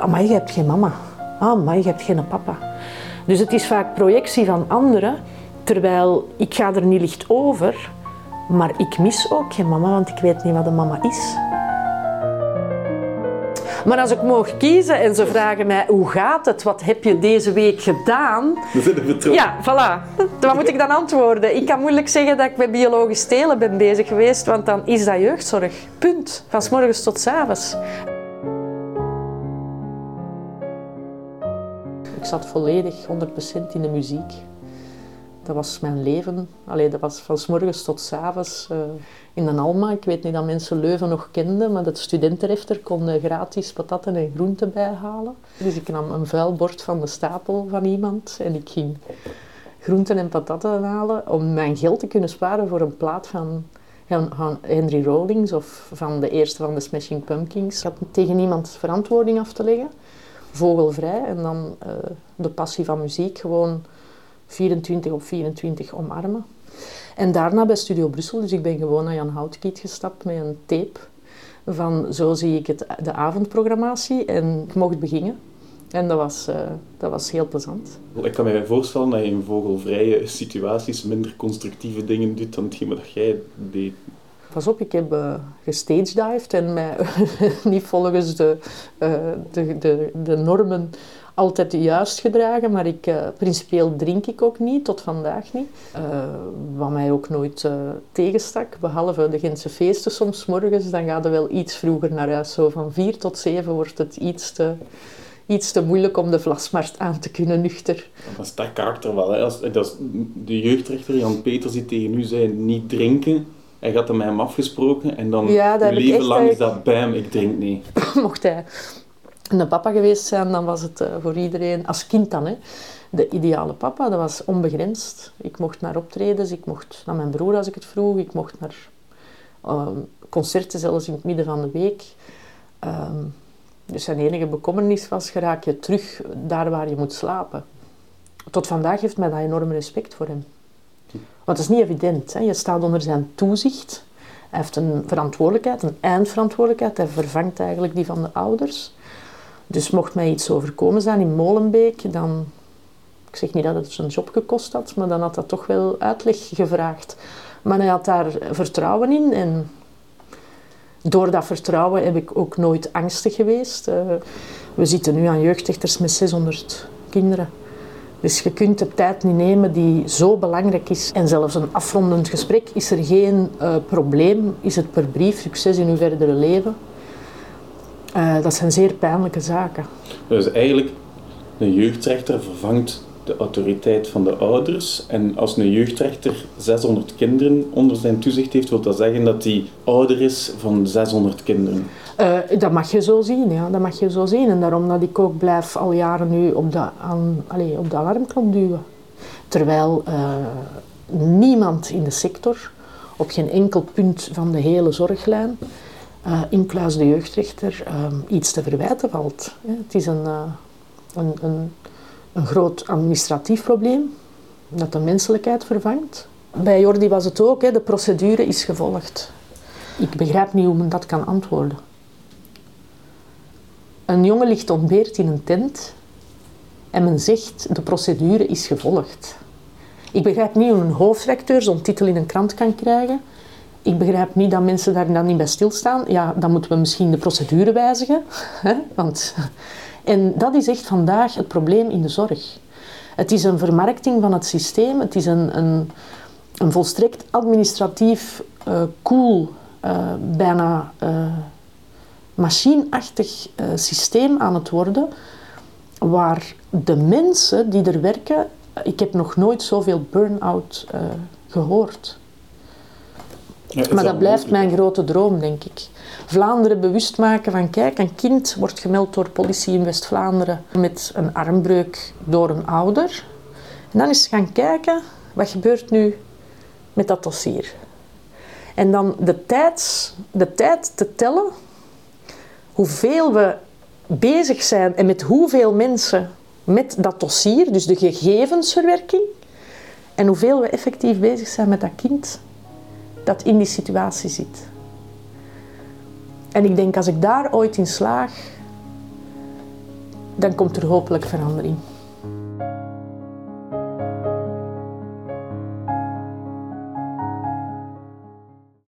maar je hebt geen mama. Maar je hebt geen papa. Dus het is vaak projectie van anderen, terwijl ik ga er niet licht over, maar ik mis ook geen mama, want ik weet niet wat een mama is. Maar als ik mocht kiezen en ze vragen mij, hoe gaat het? Wat heb je deze week gedaan? Ja, voilà. Wat moet ik dan antwoorden? Ik kan moeilijk zeggen dat ik met biologisch telen ben bezig geweest, want dan is dat jeugdzorg. Punt. Van 's morgens tot 's avonds. Ik zat volledig 100% in de muziek. Dat was mijn leven. Dat was van 's morgens tot 's avonds in een Alma. Ik weet niet dat mensen Leuven nog kenden, maar dat studentenrefter kon gratis patatten en groenten bijhalen. Dus ik nam een vuil bord van de stapel van iemand en ik ging groenten en patatten halen om mijn geld te kunnen sparen voor een plaat van Henry Rollins of van de eerste van de Smashing Pumpkins. Ik had tegen niemand verantwoording af te leggen. Vogelvrij en dan de passie van muziek gewoon 24/24 omarmen. En daarna bij Studio Brussel, dus ik ben gewoon naar Jan Houtkiet gestapt met een tape van zo zie ik het, de avondprogrammatie en ik mocht beginnen. En dat was heel plezant. Ik kan me voorstellen dat je in vogelvrije situaties minder constructieve dingen doet dan hetgeen wat jij deed. Pas op, ik heb gestagedived en mij niet volgens de normen altijd juist gedragen, maar principieel drink ik ook niet, tot vandaag niet. Wat mij ook nooit tegenstak, behalve de Gentse feesten soms 's morgens, dan gaat er wel iets vroeger naar huis. Zo van 4 tot 7 wordt het iets te moeilijk om de Vlasmarkt aan te kunnen nuchter. Dat staat karakter wel. Hè. Als de jeugdrechter Jan Peters die tegen u zei niet drinken, hij had er met hem afgesproken en dan leven lang is dat bam, ik drink niet. Mocht hij een papa geweest zijn, dan was het voor iedereen, als kind dan, de ideale papa. Dat was onbegrensd. Ik mocht naar optredens, ik mocht naar mijn broer als ik het vroeg, ik mocht naar concerten zelfs in het midden van de week. Dus zijn enige bekommernis was, geraak je terug daar waar je moet slapen. Tot vandaag heeft mij dat enorm respect voor hem. Want het is niet evident, hè. Je staat onder zijn toezicht. Hij heeft een verantwoordelijkheid, een eindverantwoordelijkheid. Hij vervangt eigenlijk die van de ouders. Dus mocht mij iets overkomen zijn in Molenbeek, dan... Ik zeg niet dat het zijn job gekost had, maar dan had dat toch wel uitleg gevraagd. Maar hij had daar vertrouwen in en... Door dat vertrouwen heb ik ook nooit angstig geweest. We zitten nu aan jeugdrechters met 600 kinderen. Dus je kunt de tijd niet nemen die zo belangrijk is. En zelfs een afrondend gesprek is er geen probleem. Is het per brief, succes in uw verdere leven. Dat zijn zeer pijnlijke zaken. Dus eigenlijk, een jeugdrechter vervangt de autoriteit van de ouders. En als een jeugdrechter 600 kinderen onder zijn toezicht heeft, wil dat zeggen dat hij ouder is van 600 kinderen? Dat mag je zo zien, ja. Dat mag je zo zien. En daarom dat ik ook blijf al jaren nu op de alarmknop duwen. Terwijl niemand in de sector, op geen enkel punt van de hele zorglijn, inclusief de jeugdrechter, iets te verwijten valt. Het is een groot administratief probleem dat de menselijkheid vervangt. Bij Jordi was het ook, de procedure is gevolgd. Ik begrijp niet hoe men dat kan antwoorden. Een jongen ligt ontbeerd in een tent en men zegt de procedure is gevolgd. Ik begrijp niet hoe een hoofdredacteur zo'n titel in een krant kan krijgen. Ik begrijp niet dat mensen daar dan niet bij stilstaan. Ja, dan moeten we misschien de procedure wijzigen. En dat is echt vandaag het probleem in de zorg. Het is een vermarkting van het systeem. Het is een volstrekt administratief, cool, bijna machineachtig systeem aan het worden, waar de mensen die er werken... Ik heb nog nooit zoveel burn-out gehoord. Ja, maar dat blijft mijn grote droom, denk ik. Vlaanderen bewust maken van, kijk, een kind wordt gemeld door politie in West-Vlaanderen met een armbreuk door een ouder. En dan eens gaan kijken, wat gebeurt nu met dat dossier? En dan de tijd te tellen, hoeveel we bezig zijn en met hoeveel mensen met dat dossier, dus de gegevensverwerking, en hoeveel we effectief bezig zijn met dat kind dat in die situatie zit. En ik denk, als ik daar ooit in slaag, dan komt er hopelijk verandering.